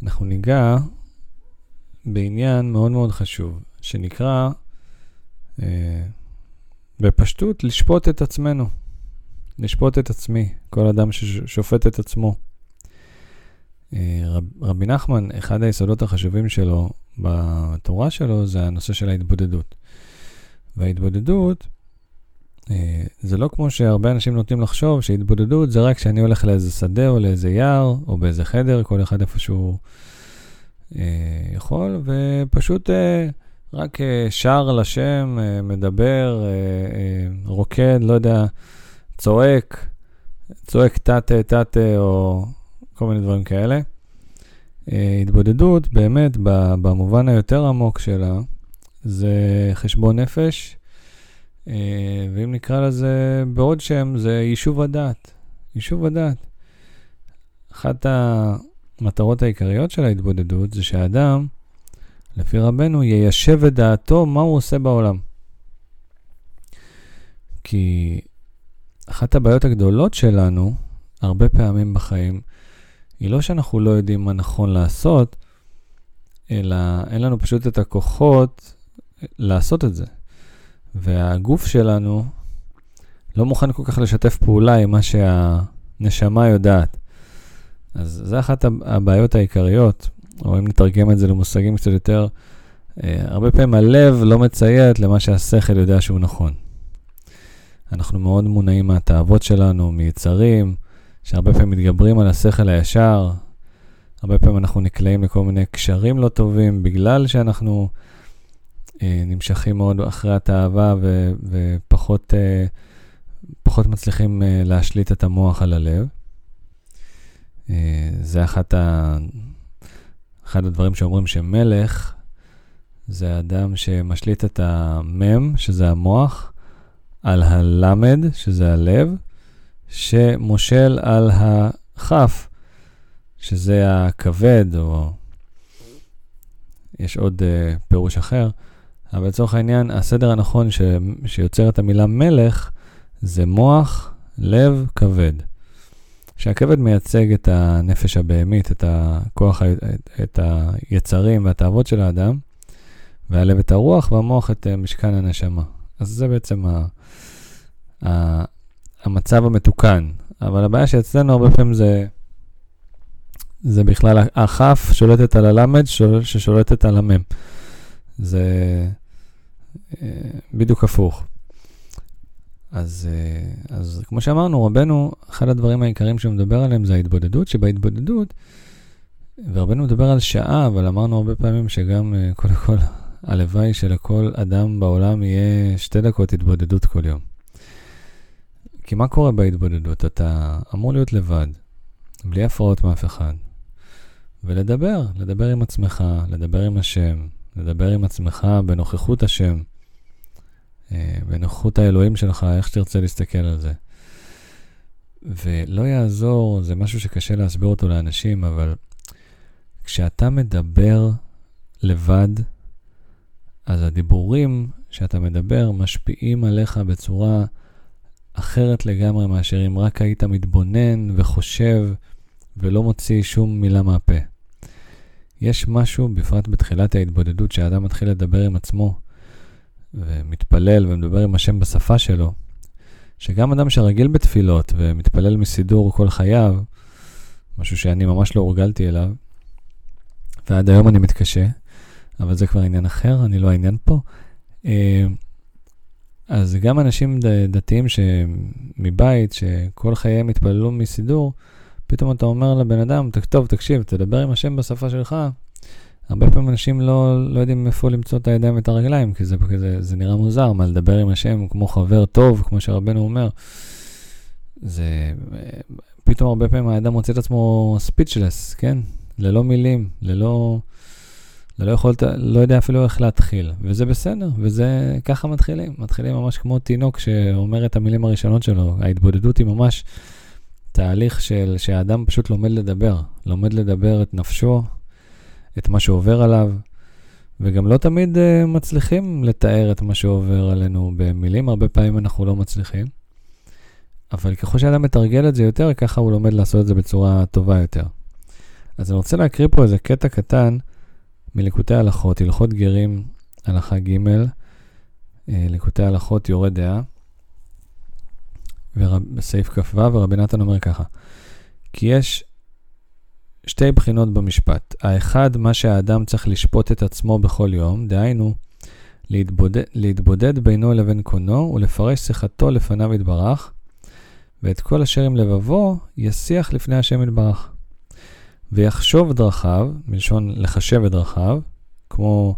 אנחנו ניגע בעניין מאוד מאוד חשוב, שנקרא בפשטות לשפוט את עצמנו, לשפוט את עצמי, כל אדם ששופט את עצמו. רבי נחמן, אחד היסודות החשובים שלו בתורה שלו זה הנושא של ההתבודדות. וההתבודדות זה לא כמו שהרבה אנשים נוטים לחשוב שהתבודדות זה רק כשאני הולך לאיזה שדה או לאיזה יער או באיזה חדר, כל אחד איפה שהוא יכול, ופשוט רק שר לשם, מדבר, רוקד, לא יודע, צועק תתה או כל מיני דברים כאלה. התבודדות באמת במובן היותר עמוק שלה זה חשבון נפש, ואם נקרא לזה בעוד שם זה יישוב הדעת. יישוב הדעת. אחת המטרות העיקריות של ההתבודדות זה שהאדם, לפי רבנו, יישב את דעתו מה הוא עושה בעולם. כי אחת הבעיות הגדולות שלנו, הרבה פעמים בחיים, היא לא שאנחנו לא יודעים מה נכון לעשות, אלא אין לנו פשוט את הכוחות לעשות את זה. והגוף שלנו לא מוכן כל כך לשתף פעולה עם מה שהנשמה יודעת. אז זה אחת הבעיות העיקריות, או אם נתרגם את זה למושגים קצת יותר, הרבה פעמים הלב לא מציית למה שהשכל יודע שהוא נכון. אנחנו מאוד מונעים מהתאוות שלנו, מיצרים, שהרבה פעמים מתגברים על השכל הישר, הרבה פעמים אנחנו נקלעים לכל מיני קשרים לא טובים, בגלל שאנחנו נמשכים מאוד אחרי התאווה ופחות מצליחים להשליט את המוח על הלב. זה אחד הדברים שאומרים שמלך זה אדם שמשליט את המם, שזה המוח, על הלמד, שזה הלב, שמושל על החף, שזה הכבד, או יש עוד פירוש אחר. אבל לצורך העניין, הסדר הנכון שיוצר את המילה מלך, זה מוח, לב, כבד. שהכבד מייצג את הנפש הבהמית, את הכוח, את היצרים והתאוות של האדם, והלב את הרוח, והמוח את משכן הנשמה. אז זה בעצם המצב המתוקן. אבל הבעיה שאצלנו הרבה פעמים זה בכלל החף שולטת על הלמד, ששולטת על המם. זה בדיוק הפוך. אז כמו שאמרנו, רבנו, אחד הדברים העיקריים שהוא מדבר עליהם זה ההתבודדות, שבהתבודדות, ורבנו מדבר על שעה, אבל אמרנו הרבה פעמים שגם קודם כל, הלוואי שלכל אדם בעולם יהיה 2 דקות התבודדות כל יום. כי מה קורה בהתבודדות? אתה אמור להיות לבד, בלי הפרעות מאף אחד, לדבר עם עצמך, לדבר עם השם, לדבר עם עצמך בנוכחות השם, בנוכחות האלוהים שלך, איך שתרצה להסתכל על זה. ולא יעזור, זה משהו שקשה להסביר אותו לאנשים, אבל כשאתה מדבר לבד, אז הדיבורים שאתה מדבר משפיעים עליך בצורה אחרת לגמרי מאשר אם רק היית מתבונן וחושב ולא מוציא שום מילה מהפה. יש משהו, בפרט בתחילת ההתבודדות, שהאדם מתחיל לדבר עם עצמו ומתפלל ומדבר עם השם בשפה שלו, שגם אדם שרגיל בתפילות ומתפלל מסידור כל חייו, משהו שאני ממש לא הורגלתי אליו, ועד היום אני מתקשה, אבל זה כבר עניין אחר, אני לא העניין פה. אז גם אנשים דתיים מבית, שכל חייהם התפללו מסידור, פתאום אתה אומר לבן אדם, טוב, תקשיב, תדבר עם השם בשפה שלך. הרבה פעמים אנשים לא יודעים איפה למצוא את הידיים ואת הרגליים, כי זה נראה מוזר, מה לדבר עם השם כמו חבר טוב, כמו שרבנו אומר. זה פתאום הרבה פעמים האדם מוצא את עצמו speechless, כן? ללא מילים, לא יודע אפילו איך להתחיל, וזה בסדר, וזה ככה מתחילים ממש כמו תינוק שאומר את המילים הראשונות שלו. ההתבודדות היא ממש תהליך שהאדם פשוט לומד לדבר את נפשו, את מה שעובר עליו, וגם לא תמיד מצליחים לתאר את מה שעובר עלינו במילים, הרבה פעמים אנחנו לא מצליחים, אבל ככל שהאדם מתרגל את זה יותר, ככה הוא לומד לעשות את זה בצורה טובה יותר. אז אני רוצה להקריא פה איזה קטע קטן מליקוטי הלכות, הלכות גרים, הלכה ג', ליקוטי הלכות יורה דעה, בסעיף כ"ו, ורבי נתן אומר ככה, כי יש שתי בחינות במשפט. האחד, מה שהאדם צריך לשפוט את עצמו בכל יום, דהיינו, להתבודד בינו לבין קונו, ולפרש שיחתו לפניו יתברך, ואת כל אשר עם לבבו ישיח לפני השם יתברך. ויחשוב דרכיו, מלשון לחשב את דרכיו, כמו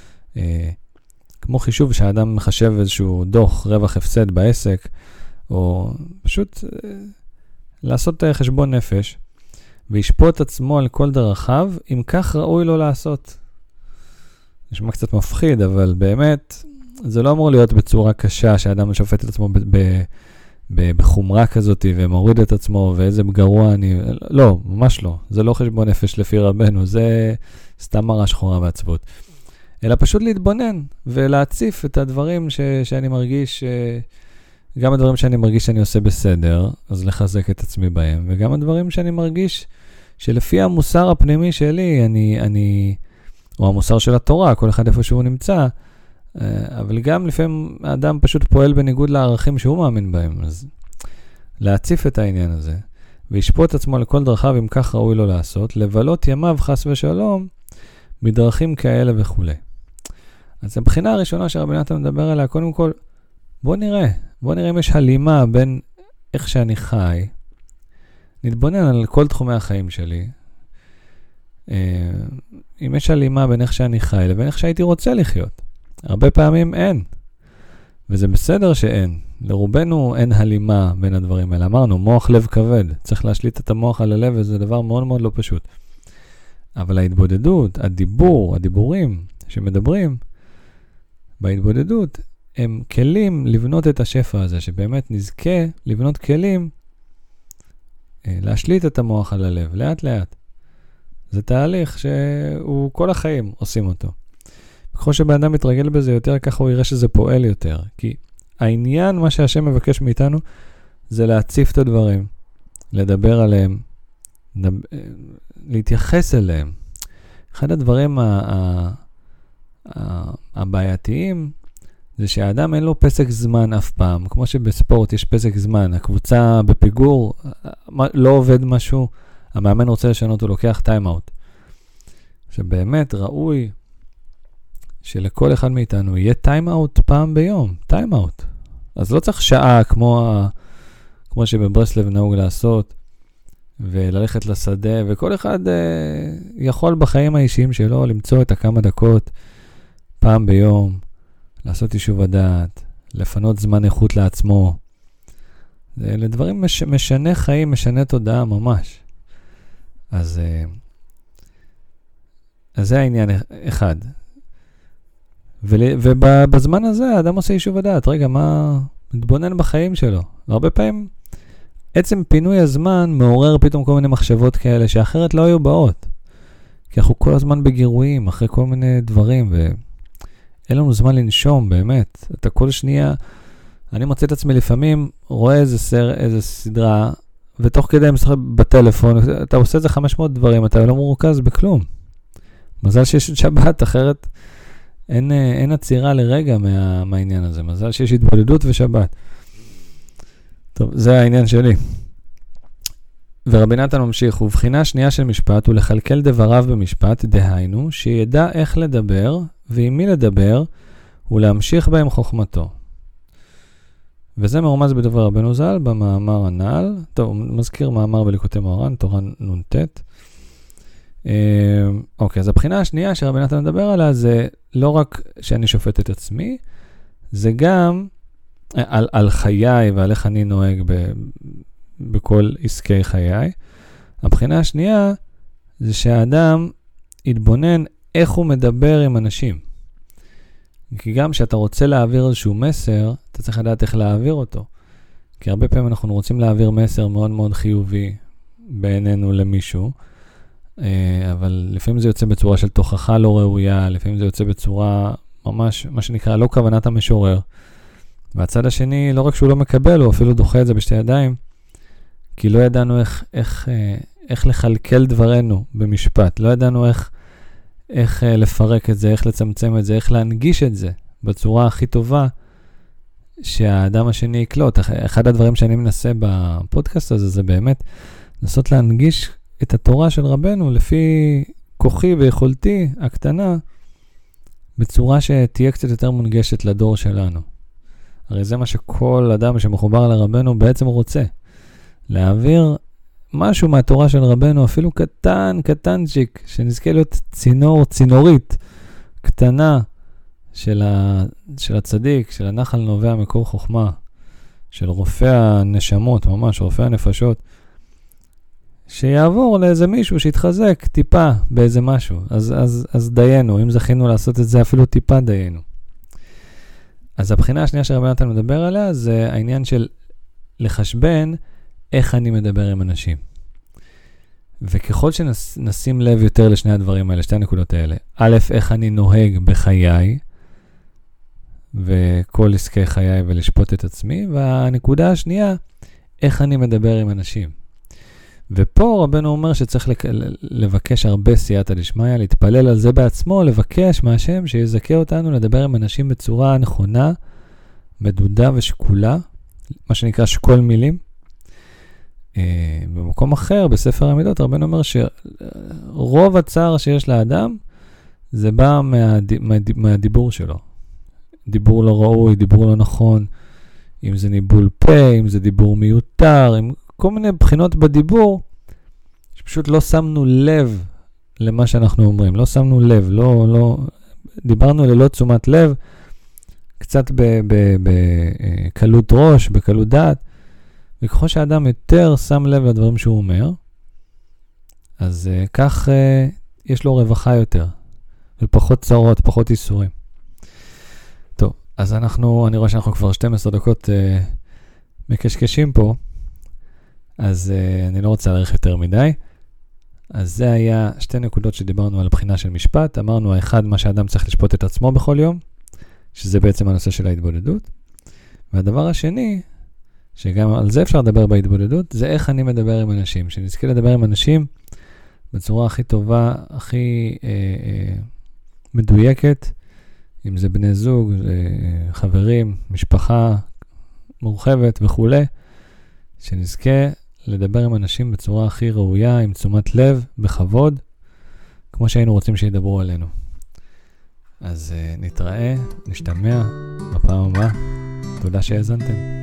חישוב שהאדם מחשב איזשהו דוח, רווח הפסד בעסק, או פשוט לעשות חשבון נפש, וישפוט עצמו על כל דרכיו, אם כך ראוי לו לעשות. נשמע קצת מפחיד, אבל באמת, זה לא אמור להיות בצורה קשה, שהאדם שופט את עצמו בחומרה כזאת, ומוריד את עצמו, ואיזה גרוע אני... לא, ממש לא. זה לא חשבון נפש לפי רבנו, זה סתם מראה שחורה ועצבות. אלא פשוט להתבונן, ולהציף את הדברים שאני מרגיש, גם הדברים שאני מרגיש שאני עושה בסדר, אז לחזק את עצמי בהם, וגם הדברים שאני מרגיש שלפי המוסר הפנימי שלי, או המוסר של התורה, כל אחד איפה שהוא נמצא, אבל גם לפעמים האדם פשוט פועל בניגוד לערכים שהוא מאמין בהם, אז להציף את העניין הזה, וישפוט עצמו לכל דרכיו, אם כך ראוי לו לעשות, לבלות ימיו חס ושלום, מדרכים כאלה וכו'. אז הבחינה הראשונה שרבי נתן מדבר עליה, קודם כל, בוא נראה אם יש הלימה בין איך שאני חי, נתבונן על כל תחומי החיים שלי, אם יש הלימה בין איך שאני חי לבין איך שהייתי רוצה לחיות. הרבה פעמים אין, וזה בסדר שאין. לרובנו אין הלימה בין הדברים האלה. אמרנו, מוח לב כבד, צריך להשליט את המוח על הלב, וזה דבר מאוד מאוד לא פשוט. אבל ההתבודדות, הדיבורים שמדברים, בהתבודדות, הם כלים לבנות את השפע הזה, שבאמת נזכה לבנות כלים, להשליט את המוח על הלב, לאט לאט. זה תהליך שהוא כל החיים עושים אותו. ככל שבאדם מתרגל בזה יותר, ככה הוא יראה שזה פועל יותר. כי העניין, מה שהשם מבקש מאיתנו, זה להציף את הדברים, לדבר עליהם, להתייחס אליהם. אחד הדברים הבעייתיים, זה שהאדם אין לו פסק זמן אף פעם. כמו שבספורט יש פסק זמן, הקבוצה בפיגור, לא עובד משהו, המאמן רוצה לשנות, הוא לוקח טיים-אוט. שבאמת ראוי שלכל אחד מאיתנו יהיה טיים-אוט פעם ביום, טיים-אוט. אז לא צריך שעה כמו שבברסלב נהוג לעשות, וללכת לשדה, וכל אחד יכול בחיים האישיים שלו למצוא את הכמה דקות פעם ביום, לעשות יישוב הדעת, לפנות זמן איכות לעצמו. זה לדברים משנה חיים, משנה תודעה ממש. אז זה העניין אחד. ובזמן הזה האדם עושה יישוב הדעת. רגע, מה מתבונן בחיים שלו? והרבה פעמים עצם פינוי הזמן מעורר פתאום כל מיני מחשבות כאלה שאחרת לא היו באות. כי אנחנו כל הזמן בגירויים, אחרי כל מיני דברים, ואין לנו זמן לנשום, באמת. אתה כל שנייה, אני מוצא את עצמי לפעמים, רואה איזה סדרה, ותוך כדי משחק בטלפון, אתה עושה איזה 500 דברים, אתה לא מרוכז בכלום. מזל שיש את שבת, אחרת אין עצירה לרגע מהעניין הזה. מזל שיש התבודדות ושבת. טוב, זה העניין שלי. ורבי נתן ממשיך, ובחינה שנייה של משפט הוא לחלקל דבריו במשפט, דהיינו, שידע איך לדבר, ועם מי לדבר, ולהמשיך בהם חוכמתו. וזה מרומז בדבר רבנו ז"ל, במאמר הנ"ל. טוב, מזכיר מאמר בליקוטי מוהר"ן, תורה נ"ט. אוקיי, אז הבחינה השנייה שרבי נתן מדבר עליה, זה לא רק שאני שופט את עצמי, זה גם על חיי ועל איך אני נוהג בכל עסקי חיי. הבחינה השנייה זה שהאדם יתבונן איך הוא מדבר עם אנשים. כי גם כשאתה רוצה להעביר איזשהו מסר, אתה צריך לדעת איך להעביר אותו. כי הרבה פעמים אנחנו רוצים להעביר מסר מאוד מאוד חיובי בעינינו למישהו, אבל לפעמים זה יוצא בצורה של תוכחה לא ראויה, לפעמים זה יוצא בצורה ממש, מה שנקרא, לא כוונת המשורר. והצד השני, לא רק שהוא לא מקבל, הוא אפילו דוחה את זה בשתי ידיים, כי לא ידענו איך לחלקל דברנו במשפט. לא ידענו איך לפרק את זה, איך לצמצם את זה, איך להנגיש את זה בצורה הכי טובה שהאדם השני יקלוט. אחד הדברים שאני מנסה בפודקאסט הזה זה באמת לנסות להנגיש את התורה של רבנו לפי כוחי ויכולתי הקטנה בצורה שתהיה קצת יותר מונגשת לדור שלנו. הרי זה מה שכל אדם שמחובר לרבנו בעצם רוצה. להעביר משהו מהתורה של רבנו, אפילו קטנצ'יק, שנזכה להיות צינורית קטנה של הצדיק, של הנחל נובע מקור חוכמה, של רופא הנשמות, ממש רופא הנפשות, שיעבור לאיזה מישהו שיתחזק טיפה באיזה משהו. אז דיינו, אם זכינו לעשות את זה, אפילו טיפה דיינו. אז הבחינה השנייה שרבי נתן מדבר עליה, זה העניין של לחשבן איך אני מדבר עם אנשים. וככל שנשים לב יותר לשני הדברים האלה, שתי הנקודות האלה, א', איך אני נוהג בחיי, וכל עסקי חיי ולשפוט את עצמי, והנקודה השנייה, איך אני מדבר עם אנשים. ופה רבנו אומר שצריך לבקש הרבה סייעתא דשמיא, להתפלל על זה בעצמו, לבקש מהשם שיזכה אותנו לדבר עם אנשים בצורה נכונה, מדודה ושקולה, מה שנקרא שקול מילים. במקום אחר, בספר המידות, רבנו אומר שרוב הצער שיש לאדם, זה בא מהדיבור שלו. דיבור לא ראוי, דיבור לא נכון, אם זה ניבול פה, אם זה דיבור מיותר, עם כל מיני בחינות בדיבור, שפשוט לא שמנו לב למה שאנחנו אומרים, לא שמנו לב, לא דיברנו ללא תשומת לב, קצת בקלות ראש, בקלות דעת, וככל שהאדם יותר שם לב לדברים שהוא אומר, אז כך יש לו רווחה יותר, ופחות צרות, פחות איסורים. טוב, אז אני רואה שאנחנו כבר 12 דקות מקשקשים פה, אז אני לא רוצה להאריך יותר מדי. אז זה היה שתי נקודות שדיברנו על הבחינה של משפט. אמרנו, האחד, מה שהאדם צריך לשפוט את עצמו בכל יום, שזה בעצם הנושא של ההתבודדות. והדבר השני, שגם על זה אפשר לדבר בהתבודדות, זה איך אני מדבר עם אנשים. שנזכה לדבר עם אנשים בצורה הכי טובה, הכי מדויקת, אם זה בני זוג, חברים, משפחה מורחבת וכו', שנזכה לדבר עם אנשים בצורה הכי ראויה, עם תשומת לב, בכבוד, כמו שהיינו רוצים שידברו עלינו. אז נתראה, נשתמע בפעם הבאה. תודה שהאזנתם.